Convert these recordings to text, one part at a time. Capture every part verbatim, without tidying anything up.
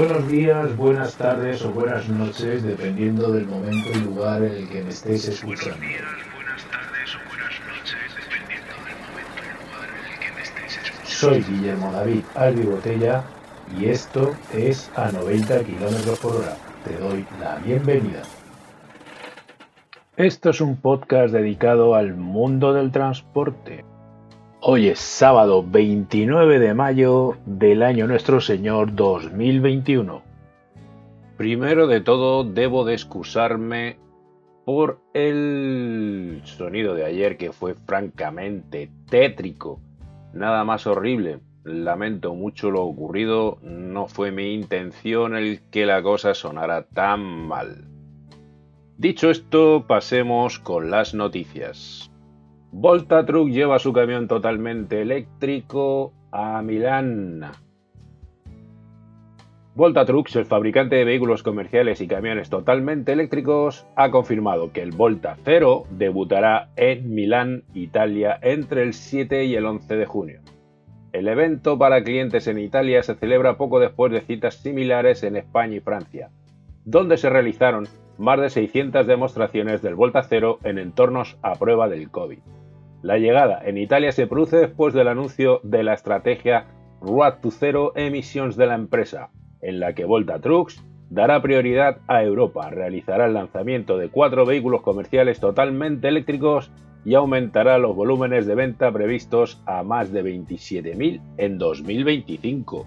Buenos días, buenas tardes o buenas noches, dependiendo del momento y lugar en el que me estéis escuchando. Buenos días, buenas tardes o buenas noches, dependiendo del momento y lugar en el que me estéis escuchando. Soy Guillermo David Albi Botella y esto es A noventa kilómetros por hora. Te doy la bienvenida. Esto es un podcast dedicado al mundo del transporte. Hoy es sábado veintinueve de mayo del año Nuestro Señor dos mil veintiuno. Primero de todo, debo de excusarme por el sonido de ayer, que fue francamente tétrico, nada más horrible. Lamento mucho lo ocurrido, no fue mi intención el que la cosa sonara tan mal. Dicho esto, pasemos con las noticias. Volta Truck lleva su camión totalmente eléctrico a Milán. Volta Trucks, el fabricante de vehículos comerciales y camiones totalmente eléctricos, ha confirmado que el Volta Zero debutará en Milán, Italia, entre el siete y el once de junio. El evento para clientes en Italia se celebra poco después de citas similares en España y Francia, donde se realizaron más de seiscientas demostraciones del Volta Zero en entornos a prueba del COVID. La llegada en Italia se produce después del anuncio de la estrategia Road to Zero Emissions de la empresa, en la que Volta Trucks dará prioridad a Europa, realizará el lanzamiento de cuatro vehículos comerciales totalmente eléctricos y aumentará los volúmenes de venta previstos a más de veintisiete mil en dos mil veinticinco.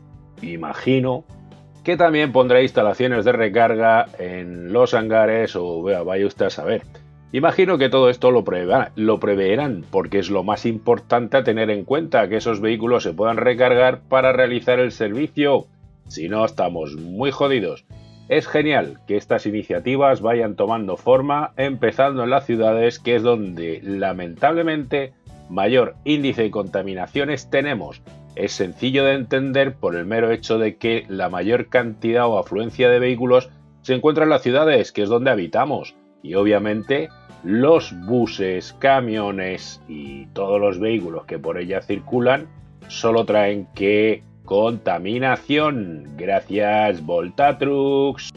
Imagino que también pondrá instalaciones de recarga en los hangares o vaya usted a saber. Imagino que todo esto lo, preverán, lo preverán porque es lo más importante a tener en cuenta, que esos vehículos se puedan recargar para realizar el servicio. Si no, estamos muy jodidos. Es genial que estas iniciativas vayan tomando forma, empezando en las ciudades, que es donde lamentablemente mayor índice de contaminaciones tenemos. Es sencillo de entender por el mero hecho de que la mayor cantidad o afluencia de vehículos se encuentra en las ciudades, que es donde habitamos. Y obviamente los buses, camiones y todos los vehículos que por ella circulan solo traen que contaminación. Gracias, Volta Trucks.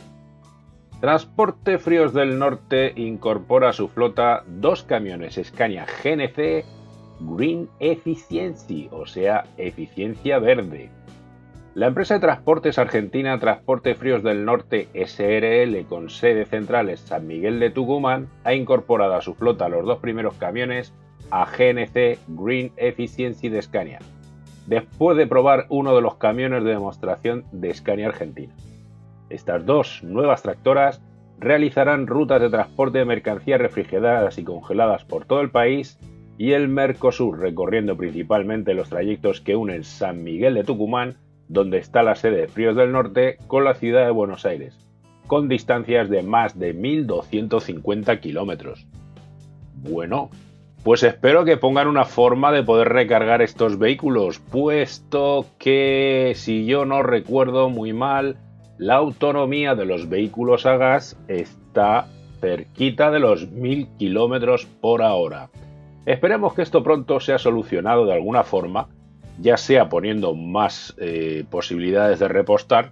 Transporte Fríos del Norte incorpora a su flota dos camiones Scania G N C Green Efficiency, o sea, eficiencia verde. La empresa de transportes argentina Transporte Fríos del Norte S R L, con sede central en San Miguel de Tucumán, ha incorporado a su flota los dos primeros camiones a G N C Green Efficiency de Scania, después de probar uno de los camiones de demostración de Scania Argentina. Estas dos nuevas tractoras realizarán rutas de transporte de mercancías refrigeradas y congeladas por todo el país y el Mercosur, recorriendo principalmente los trayectos que unen San Miguel de Tucumán, donde está la sede de Fríos del Norte, con la ciudad de Buenos Aires, con distancias de más de mil doscientos cincuenta kilómetros. Bueno, pues espero que pongan una forma de poder recargar estos vehículos, puesto que, si yo no recuerdo muy mal, la autonomía de los vehículos a gas está cerquita de los mil kilómetros por hora. Esperemos que esto pronto sea solucionado de alguna forma, ya sea poniendo más eh, posibilidades de repostar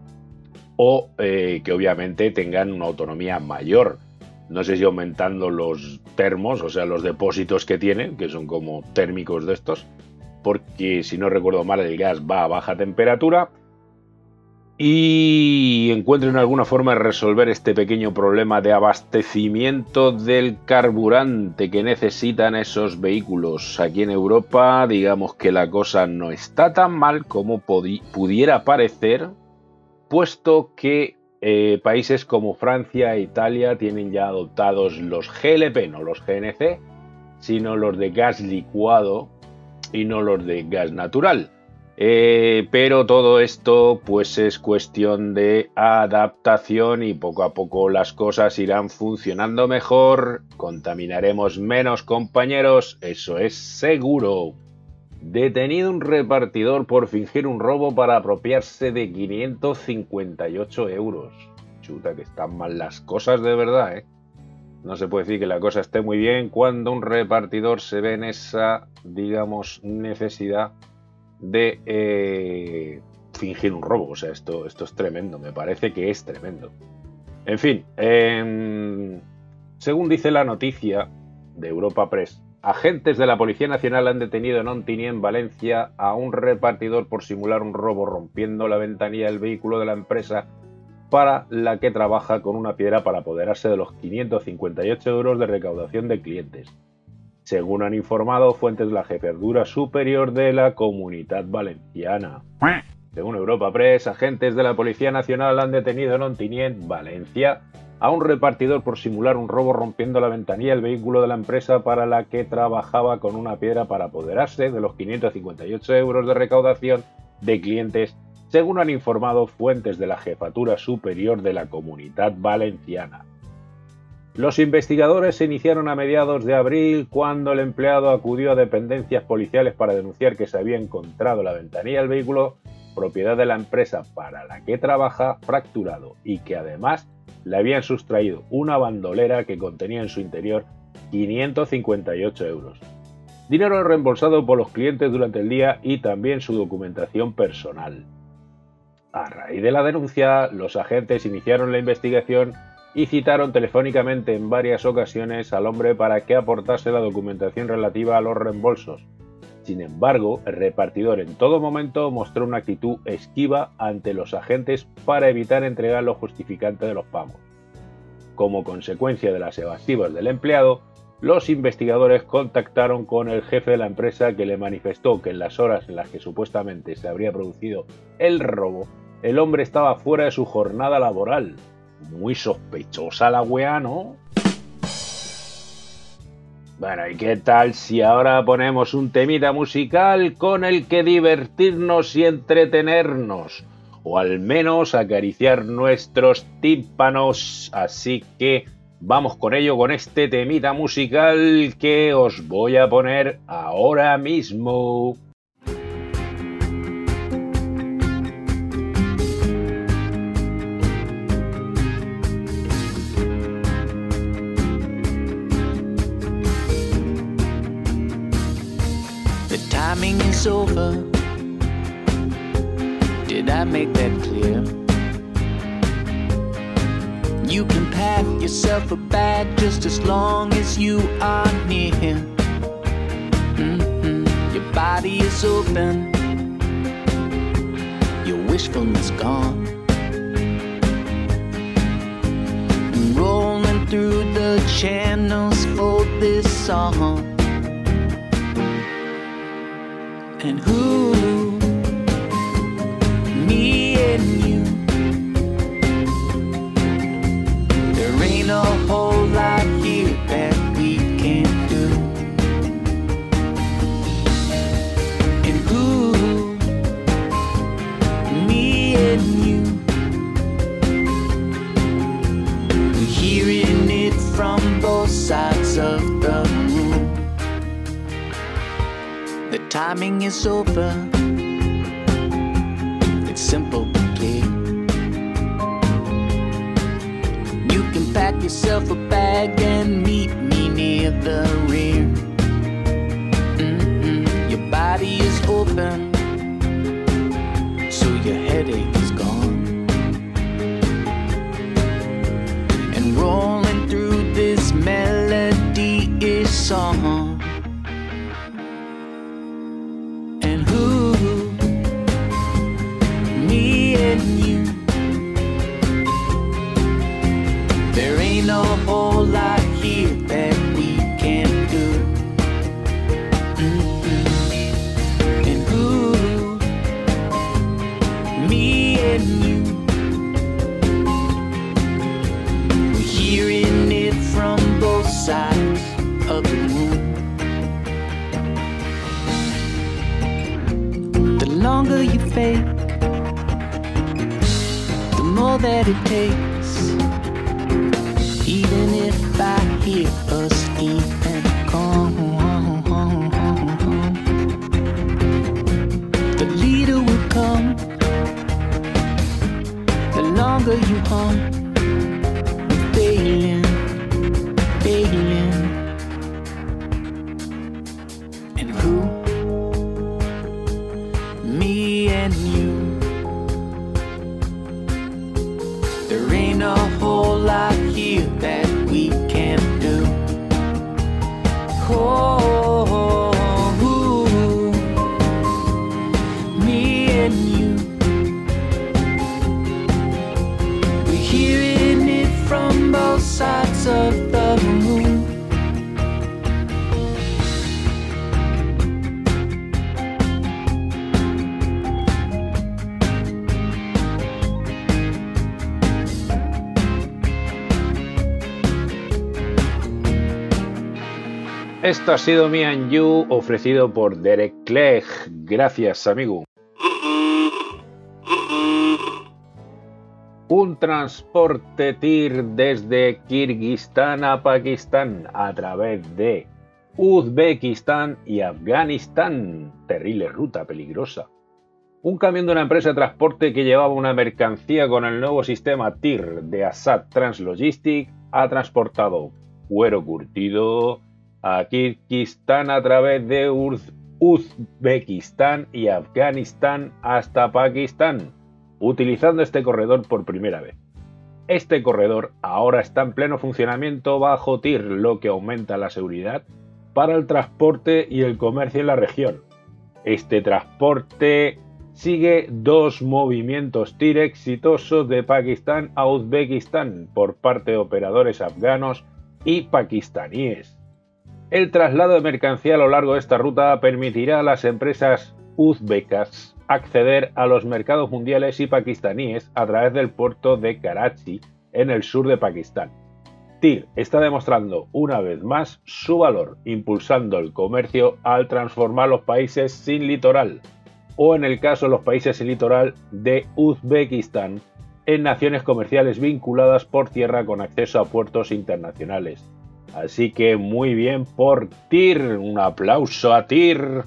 o eh, que obviamente tengan una autonomía mayor. No sé si aumentando los termos, o sea, los depósitos que tienen, que son como térmicos de estos, porque si no recuerdo mal el gas va a baja temperatura, y encuentren alguna forma de resolver este pequeño problema de abastecimiento del carburante que necesitan esos vehículos. Aquí en Europa, digamos que la cosa no está tan mal como pudiera parecer, puesto que eh, países como Francia e Italia tienen ya adoptados los G L P, no los G N C, sino los de gas licuado y no los de gas natural. Eh, pero todo esto pues es cuestión de adaptación y poco a poco las cosas irán funcionando mejor, contaminaremos menos, compañeros, eso es seguro. Detenido un repartidor por fingir un robo para apropiarse de quinientos cincuenta y ocho euros. Chuta, que están mal las cosas de verdad, ¿eh? No se puede decir que la cosa esté muy bien cuando un repartidor se ve en esa, digamos, necesidad de eh, fingir un robo. O sea, esto, esto es tremendo, me parece que es tremendo. En fin, eh, según dice la noticia de Europa Press, agentes de la Policía Nacional han detenido en Ontinyent, Valencia, a un repartidor por simular un robo rompiendo la ventanilla del vehículo de la empresa para la que trabaja con una piedra para apoderarse de los quinientos cincuenta y ocho euros de recaudación de clientes, según han informado fuentes de la Jefatura Superior de la Comunitat Valenciana. Según Europa Press, agentes de la Policía Nacional han detenido en Ontinyent, Valencia, a un repartidor por simular un robo rompiendo la ventanilla del vehículo de la empresa para la que trabajaba con una piedra para apoderarse de los quinientos cincuenta y ocho euros de recaudación de clientes, según han informado fuentes de la Jefatura Superior de la Comunitat Valenciana. Los investigadores se iniciaron a mediados de abril cuando el empleado acudió a dependencias policiales para denunciar que se había encontrado la ventanilla del vehículo, propiedad de la empresa para la que trabaja, fracturado y que además le habían sustraído una bandolera que contenía en su interior quinientos cincuenta y ocho euros. Dinero reembolsado por los clientes durante el día y también su documentación personal. A raíz de la denuncia, los agentes iniciaron la investigación y citaron telefónicamente en varias ocasiones al hombre para que aportase la documentación relativa a los reembolsos. Sin embargo, el repartidor en todo momento mostró una actitud esquiva ante los agentes para evitar entregar los justificantes de los pagos. Como consecuencia de las evasivas del empleado, los investigadores contactaron con el jefe de la empresa, que le manifestó que en las horas en las que supuestamente se habría producido el robo, el hombre estaba fuera de su jornada laboral. Muy sospechosa la weá, ¿no? Bueno, ¿y qué tal si ahora ponemos un temita musical con el que divertirnos y entretenernos? O al menos acariciar nuestros tímpanos. Así que vamos con ello, con este temita musical que os voy a poner ahora mismo. Timing is over. Did I make that clear? You can pack yourself a bag just as long as you are near. Mm-hmm. Your body is open, your wishfulness gone. Rolling through the channels for this song. And who, me and you, there ain't a whole lot here that we can do. And who, me and you, we're hearing it from both sides of the room. The timing is over. It's simple but clear. You can pack yourself a bag and meet me near the rear. Mm-hmm. Your body is open, so your headache is gone. And rolling through this melody-ish song. A whole lot here that we can do. Mm-hmm. And who, me and you, we're hearing it from both sides of the room. The longer you fake, the more that it takes. Even if I hear us even come, the leader will come. The longer you hum, failing, failing. And who, me and you, and you. We're hearing it from both sides of the moon. Esto ha sido Me and You, ofrecido por Derek Clegg. Gracias, amigo. Un transporte tir desde Kirguistán a Pakistán a través de Uzbekistán y Afganistán. Terrible ruta peligrosa. Un camión de una empresa de transporte que llevaba una mercancía con el nuevo sistema tir de Assad Translogistic ha transportado cuero curtido a Kirguistán a través de Uz Uzbekistán y Afganistán hasta Pakistán, utilizando este corredor por primera vez. Este corredor ahora está en pleno funcionamiento bajo tir, lo que aumenta la seguridad para el transporte y el comercio en la región. Este transporte sigue dos movimientos tir exitosos de Pakistán a Uzbekistán por parte de operadores afganos y pakistaníes. El traslado de mercancía a lo largo de esta ruta permitirá a las empresas uzbecas acceder a los mercados mundiales y pakistaníes a través del puerto de Karachi, en el sur de Pakistán. tir está demostrando una vez más su valor, impulsando el comercio al transformar los países sin litoral, o en el caso de los países sin litoral de Uzbekistán, en naciones comerciales vinculadas por tierra con acceso a puertos internacionales. Así que muy bien por tir, un aplauso a tir.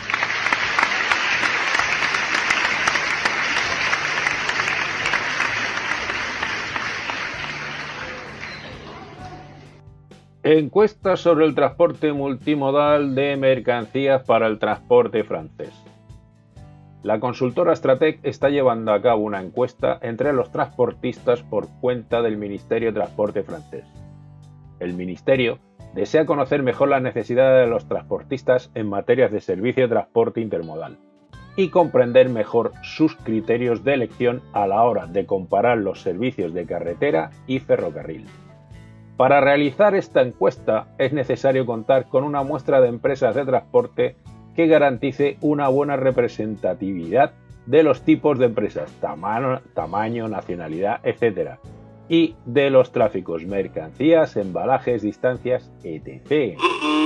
Encuesta sobre el transporte multimodal de mercancías para el transporte francés. La consultora Stratec está llevando a cabo una encuesta entre los transportistas por cuenta del Ministerio de Transporte francés. El Ministerio desea conocer mejor las necesidades de los transportistas en materias de servicio de transporte intermodal y comprender mejor sus criterios de elección a la hora de comparar los servicios de carretera y ferrocarril. Para realizar esta encuesta es necesario contar con una muestra de empresas de transporte que garantice una buena representatividad de los tipos de empresas, tamaño, tamaño, nacionalidad, etcétera, y de los tráficos, mercancías, embalajes, distancias, etcétera.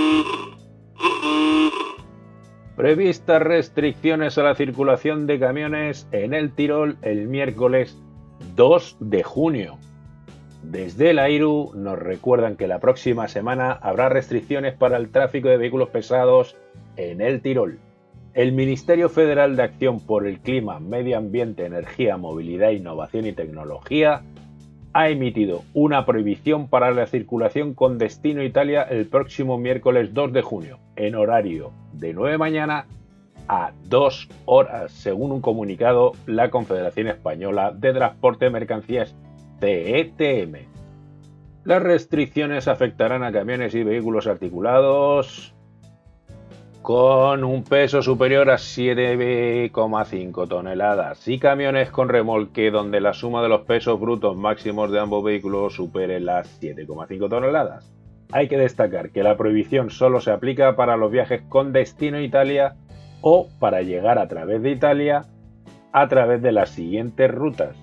Previstas restricciones a la circulación de camiones en el Tirol el miércoles dos de junio. Desde la I R U nos recuerdan que la próxima semana habrá restricciones para el tráfico de vehículos pesados en el Tirol. El Ministerio Federal de Acción por el Clima, Medio Ambiente, Energía, Movilidad, Innovación y Tecnología ha emitido una prohibición para la circulación con destino Italia el próximo miércoles dos de junio, en horario de nueve de la mañana a dos horas, según un comunicado la Confederación Española de Transporte de Mercancías, C E T M. Las restricciones afectarán a camiones y vehículos articulados con un peso superior a siete coma cinco toneladas y camiones con remolque donde la suma de los pesos brutos máximos de ambos vehículos supere las siete coma cinco toneladas. Hay que destacar que la prohibición solo se aplica para los viajes con destino Italia o para llegar a través de Italia a través de las siguientes rutas: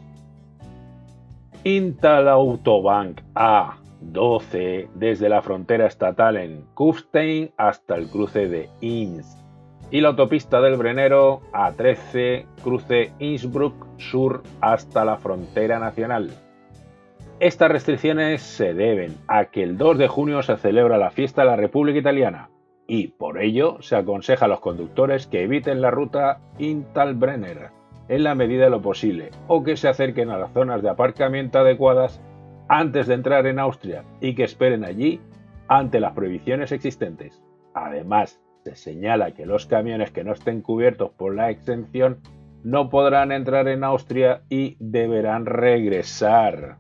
Intalautobahn A doce desde la frontera estatal en Kufstein hasta el cruce de Inns, y la autopista del Brennero A trece cruce Innsbruck Sur hasta la frontera nacional. Estas restricciones se deben a que el dos de junio se celebra la fiesta de la República Italiana y por ello se aconseja a los conductores que eviten la ruta Intalbrenner en la medida de lo posible o que se acerquen a las zonas de aparcamiento adecuadas antes de entrar en Austria y que esperen allí ante las prohibiciones existentes. Además, se señala que los camiones que no estén cubiertos por la exención no podrán entrar en Austria y deberán regresar.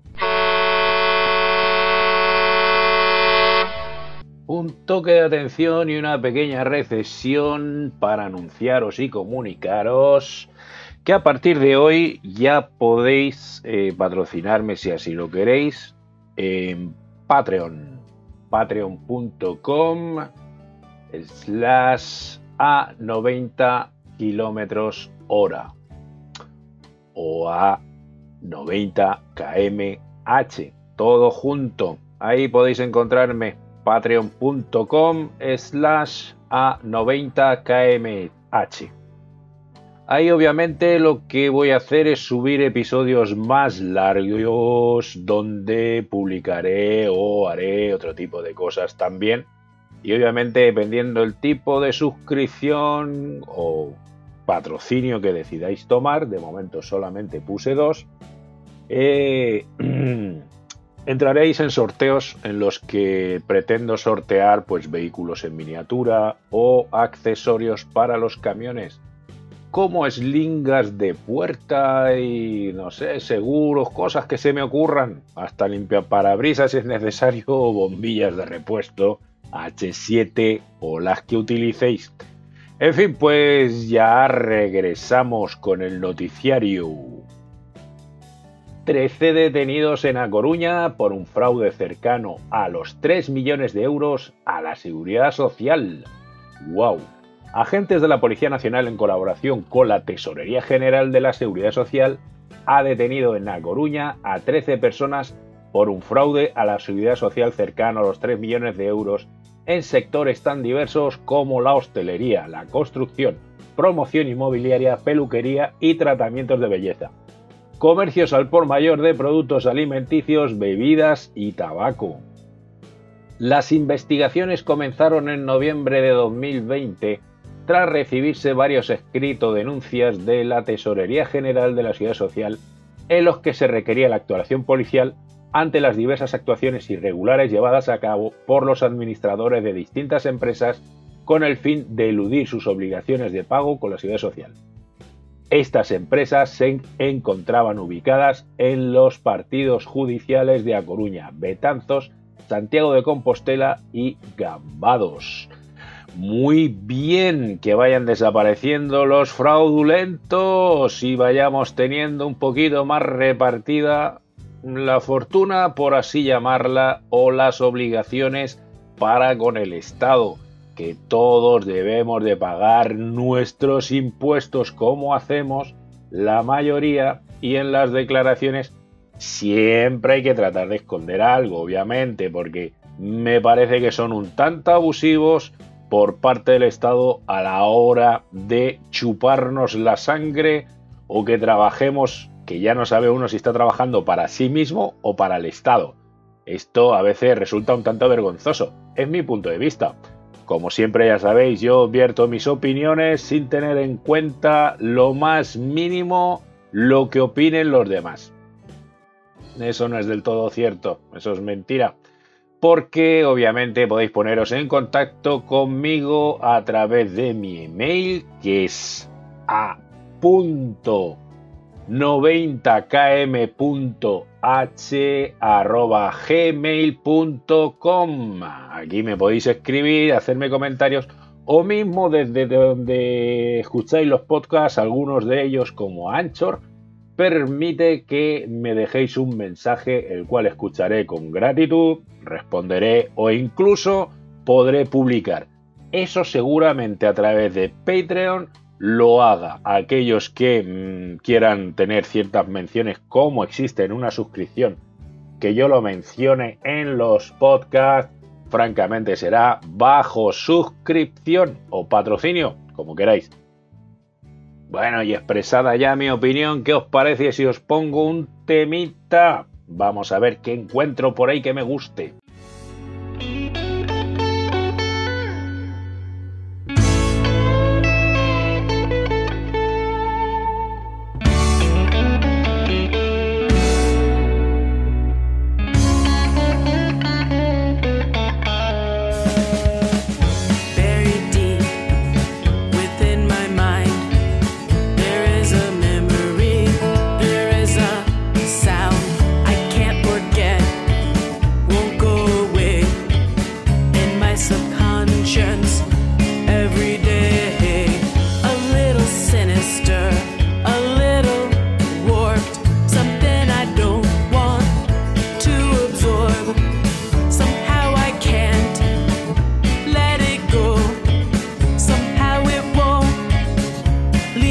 Un toque de atención y una pequeña recesión para anunciaros y comunicaros que a partir de hoy ya podéis eh, patrocinarme si así lo queréis en Patreon, patreon punto com slash a noventa kilómetros hora o a noventa kilómetros h, todo junto. Ahí podéis encontrarme, patreon punto com slash a noventa kilómetros h. Ahí obviamente lo que voy a hacer es subir episodios más largos donde publicaré o haré otro tipo de cosas también. Y obviamente dependiendo del tipo de suscripción o patrocinio que decidáis tomar, de momento solamente puse dos, eh, entraréis en sorteos en los que pretendo sortear pues vehículos en miniatura o accesorios para los camiones, como eslingas de puerta y no sé, seguros, cosas que se me ocurran, hasta limpiaparabrisas si es necesario, o bombillas de repuesto hache siete o las que utilicéis. En fin, pues ya regresamos con el noticiario. trece detenidos en A Coruña por un fraude cercano a los tres millones de euros a la Seguridad Social. ¡Wow! Agentes de la Policía Nacional, en colaboración con la Tesorería General de la Seguridad Social, ha detenido en A Coruña a trece personas por un fraude a la Seguridad Social cercano a los tres millones de euros en sectores tan diversos como la hostelería, la construcción, promoción inmobiliaria, peluquería y tratamientos de belleza, comercios al por mayor de productos alimenticios, bebidas y tabaco. Las investigaciones comenzaron en noviembre de dos mil veinte tras recibirse varios escritos denuncias de la Tesorería General de la Seguridad Social en los que se requería la actuación policial ante las diversas actuaciones irregulares llevadas a cabo por los administradores de distintas empresas con el fin de eludir sus obligaciones de pago con la Seguridad Social. Estas empresas se encontraban ubicadas en los partidos judiciales de A Coruña, Betanzos, Santiago de Compostela y Gambados. Muy bien, que vayan desapareciendo los fraudulentos y vayamos teniendo un poquito más repartida la fortuna, por así llamarla, o las obligaciones para con el Estado, que todos debemos de pagar nuestros impuestos como hacemos la mayoría, y en las declaraciones siempre hay que tratar de esconder algo, obviamente, porque me parece que son un tanto abusivos por parte del Estado a la hora de chuparnos la sangre, o que trabajemos, que ya no sabe uno si está trabajando para sí mismo o para el Estado. Esto a veces resulta un tanto vergonzoso, es mi punto de vista. Como siempre ya sabéis, yo vierto mis opiniones sin tener en cuenta lo más mínimo lo que opinen los demás. Eso no es del todo cierto, eso es mentira. Porque obviamente podéis poneros en contacto conmigo a través de mi email, que es a noventa k m punto h arroba gmail punto com. Aquí me podéis escribir, hacerme comentarios, o mismo desde donde escucháis los podcasts, algunos de ellos como Anchor, permite que me dejéis un mensaje, el cual escucharé con gratitud, responderé o incluso podré publicar. Eso seguramente a través de Patreon lo haga. Aquellos que mmm, quieran tener ciertas menciones, como existe en una suscripción, que yo lo mencione en los podcasts, francamente será bajo suscripción o patrocinio, como queráis. Bueno, y expresada ya mi opinión, ¿qué os parece si os pongo un temita? Vamos a ver qué encuentro por ahí que me guste. Won't go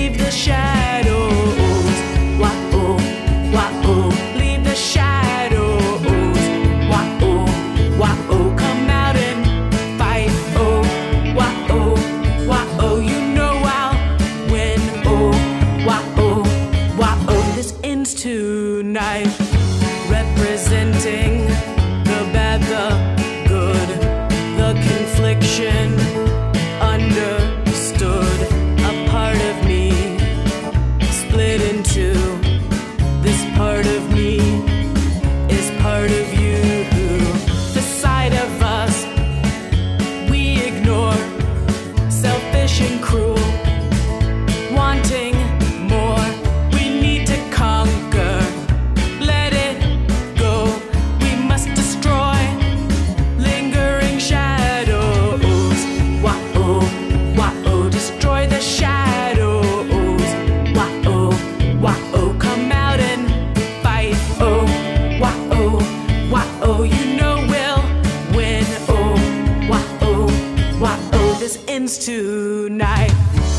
leave the shadows. Wah-oh, wah-oh, leave the shadows. Wah-oh, wah-oh, come out and fight. Oh, wah-oh, wah-oh, you know I'll win. Oh, wah-oh, wah-oh, this ends tonight. Representing the bad, the good, the confliction understood. A part of me split in two. This part of me is part of you. The side of us we ignore, selfish and cruel, wanting more. We need to conquer. Let it go. We must destroy lingering shadows. Wah-oh, wah-oh, destroy the shadows. Wah-oh, wah-oh, come out and fight. Oh, wah-oh, wah-oh, you know we'll win. Oh, wah-oh, wah-oh, this ends tonight.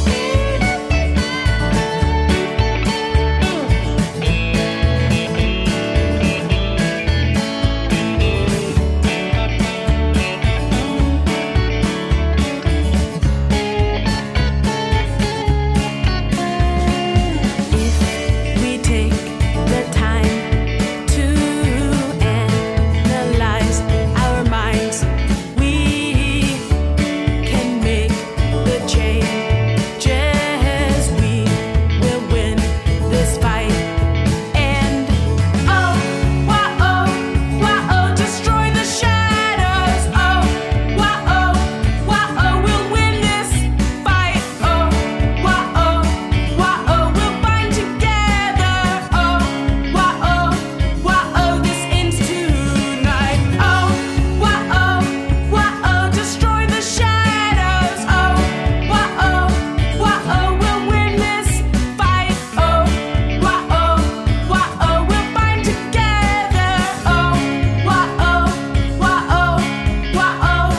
If we take the time to analyze our minds, we can make the changes. We will win this fight. And oh, wah-oh, wah-oh, destroy the shadows. Oh, wah-oh, wah-oh, we'll win this fight. Oh, wah-oh, wah-oh, we'll bind together. Oh, wah-oh, wah-oh, this ends tonight. Oh, wah-oh, wah-oh, destroy the shadows. Oh, wah-oh, wah-oh, we'll win this fight. Oh, wah-oh, wah-oh, we'll bind together. Oh, wah-oh, wah-oh, wah-oh,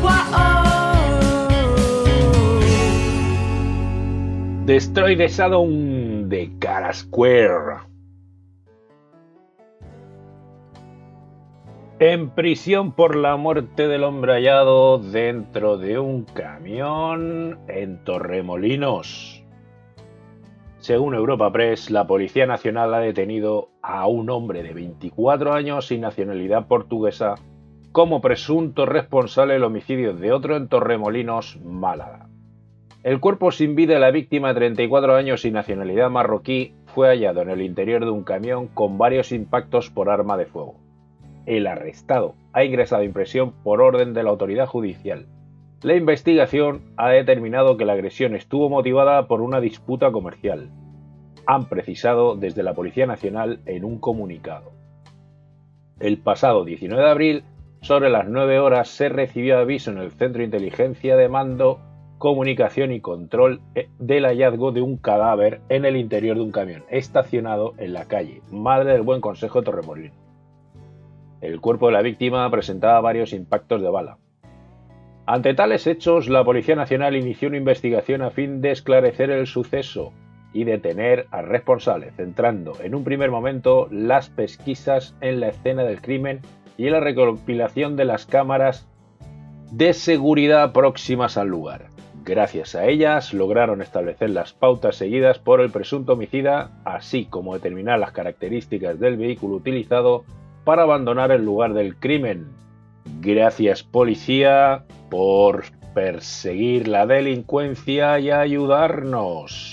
wah-oh. Destroy the Shadow de Cara Square. En prisión por la muerte del hombre hallado dentro de un camión en Torremolinos. Según Europa Press, la Policía Nacional ha detenido a un hombre de veinticuatro años y nacionalidad portuguesa como presunto responsable del homicidio de otro en Torremolinos, Málaga. El cuerpo sin vida de la víctima de treinta y cuatro años y nacionalidad marroquí fue hallado en el interior de un camión con varios impactos por arma de fuego. El arrestado ha ingresado en prisión por orden de la autoridad judicial. La investigación ha determinado que la agresión estuvo motivada por una disputa comercial. Han precisado desde la Policía Nacional en un comunicado. El pasado diecinueve de abril, sobre las nueve horas, se recibió aviso en el Centro de Inteligencia de Mando, Comunicación y Control del hallazgo de un cadáver en el interior de un camión estacionado en la calle Madre del Buen Consejo de Torremolinos. El cuerpo de la víctima presentaba varios impactos de bala. Ante tales hechos, la Policía Nacional inició una investigación a fin de esclarecer el suceso y detener al responsable, centrando en un primer momento las pesquisas en la escena del crimen y en la recopilación de las cámaras de seguridad próximas al lugar. Gracias a ellas lograron establecer las pautas seguidas por el presunto homicida, así como determinar las características del vehículo utilizado para abandonar el lugar del crimen. Gracias, policía, por perseguir la delincuencia y ayudarnos.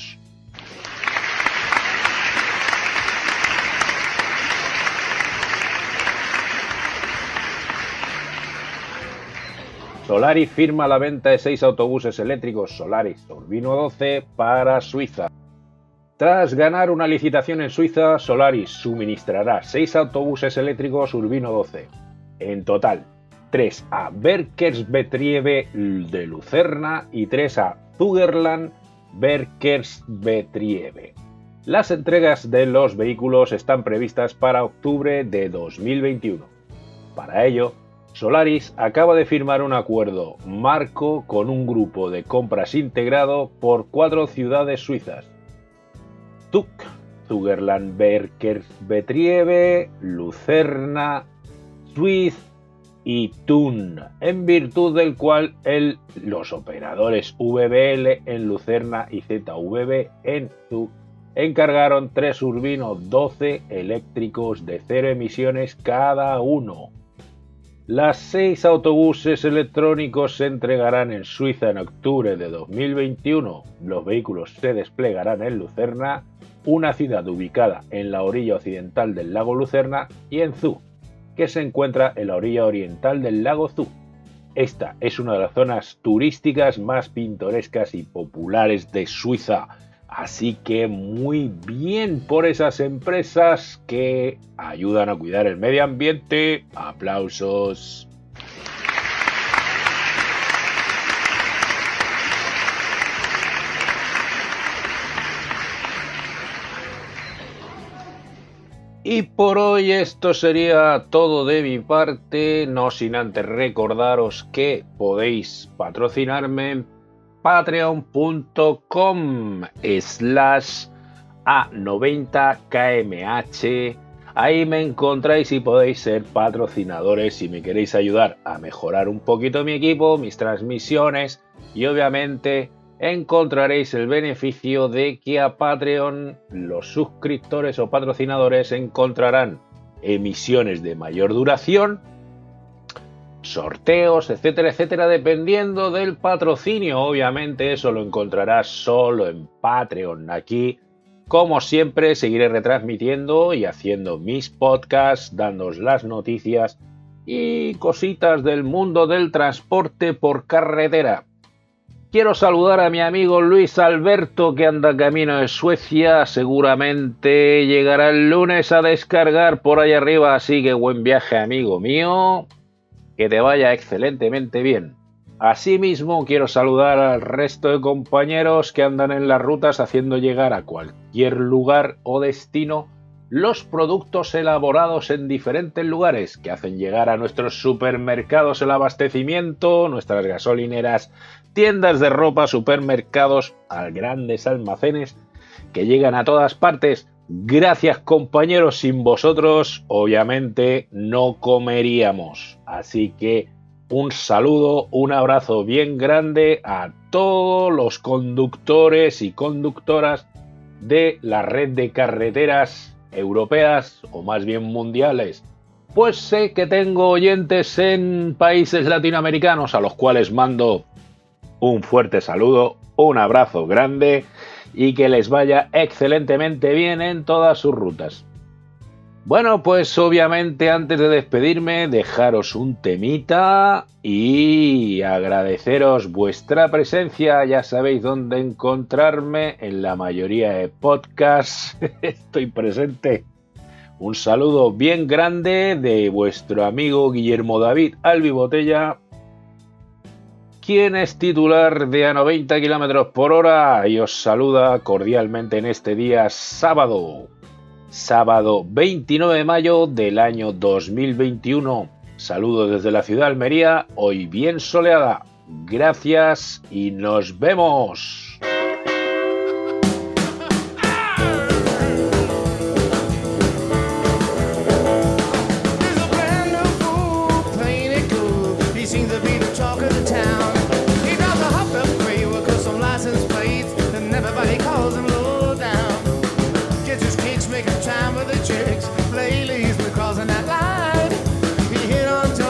Solaris firma la venta de seis autobuses eléctricos Solaris Urbino doce para Suiza. Tras ganar una licitación en Suiza, Solaris suministrará seis autobuses eléctricos Urbino doce. En total, tres a Verkehrsbetriebe de Lucerna y tres a Zugerland Verkehrsbetriebe. Las entregas de los vehículos están previstas para octubre de dos mil veintiuno. Para ello, Solaris acaba de firmar un acuerdo marco con un grupo de compras integrado por cuatro ciudades suizas, Zug, Zugerland Betriebe, Lucerna, Suiz y Thun, en virtud del cual el, los operadores V B L en Lucerna y Z V B en Zug encargaron tres Urbino doce eléctricos de cero emisiones cada uno. Las seis autobuses electrónicos se entregarán en Suiza en octubre de dos mil veintiuno. Los vehículos se desplegarán en Lucerna, una ciudad ubicada en la orilla occidental del lago Lucerna, y en Zug, que se encuentra en la orilla oriental del lago Zug. Esta es una de las zonas turísticas más pintorescas y populares de Suiza. Así que muy bien por esas empresas que ayudan a cuidar el medio ambiente. ¡Aplausos! Y por hoy esto sería todo de mi parte, no sin antes recordaros que podéis patrocinarme en patreon.com slash a noventa K M H. Ahí me encontráis y podéis ser patrocinadores si me queréis ayudar a mejorar un poquito mi equipo, mis transmisiones, y obviamente encontraréis el beneficio de que a Patreon los suscriptores o patrocinadores encontrarán emisiones de mayor duración, sorteos, etcétera, etcétera, dependiendo del patrocinio. Obviamente eso lo encontrarás solo en Patreon. Aquí, como siempre, seguiré retransmitiendo y haciendo mis podcasts, dándoos las noticias y cositas del mundo del transporte por carretera. Quiero saludar a mi amigo Luis Alberto, que anda camino de Suecia. Seguramente llegará el lunes a descargar por ahí arriba, así que buen viaje, amigo mío. Que te vaya excelentemente bien. Asimismo, quiero saludar al resto de compañeros que andan en las rutas haciendo llegar a cualquier lugar o destino los productos elaborados en diferentes lugares, que hacen llegar a nuestros supermercados el abastecimiento, nuestras gasolineras, tiendas de ropa, supermercados, a grandes almacenes que llegan a todas partes. Gracias, compañeros, sin vosotros obviamente no comeríamos. Así que un saludo, un abrazo bien grande a todos los conductores y conductoras de la red de carreteras europeas, o más bien mundiales. Pues sé que tengo oyentes en países latinoamericanos, a los cuales mando un fuerte saludo, un abrazo grande y que les vaya excelentemente bien en todas sus rutas. Bueno, pues obviamente antes de despedirme, dejaros un temita y agradeceros vuestra presencia. Ya sabéis dónde encontrarme, en la mayoría de podcasts estoy presente. Un saludo bien grande de vuestro amigo Guillermo David Albi Botella, quien es titular de A noventa kilómetros por hora, y os saluda cordialmente en este día sábado. Sábado veintinueve de mayo del año dos mil veintiuno. Saludos desde la ciudad de Almería, hoy bien soleada. Gracias y nos vemos.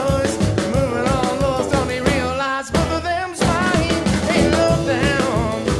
Down.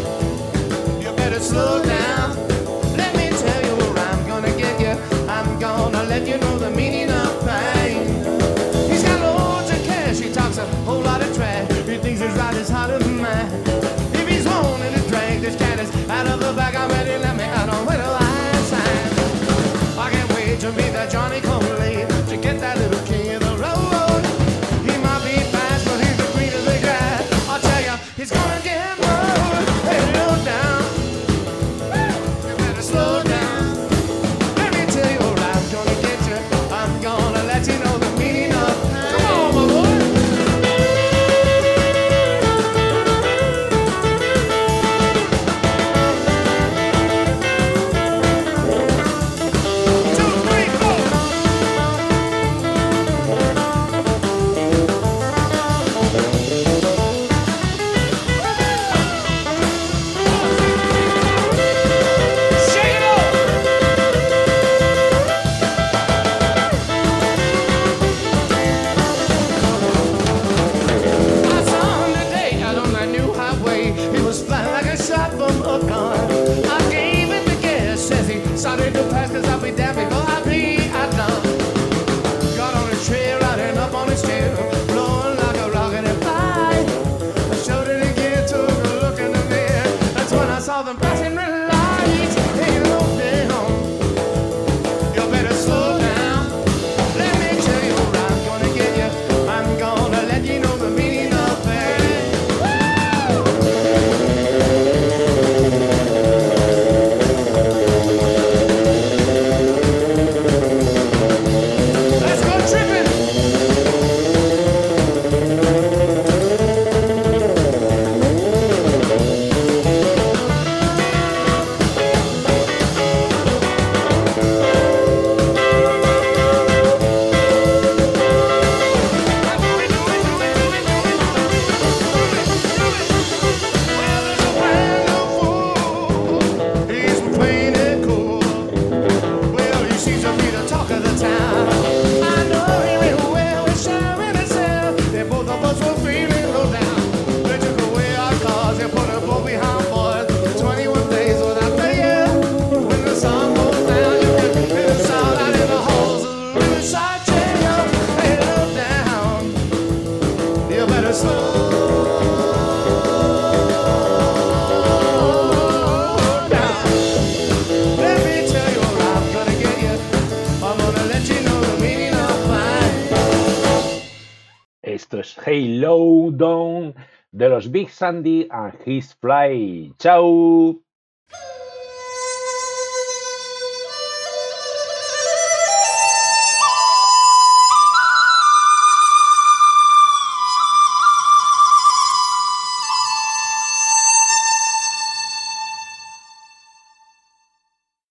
Hey Low Down de los Big Sandy and His Fly. ¡Chao!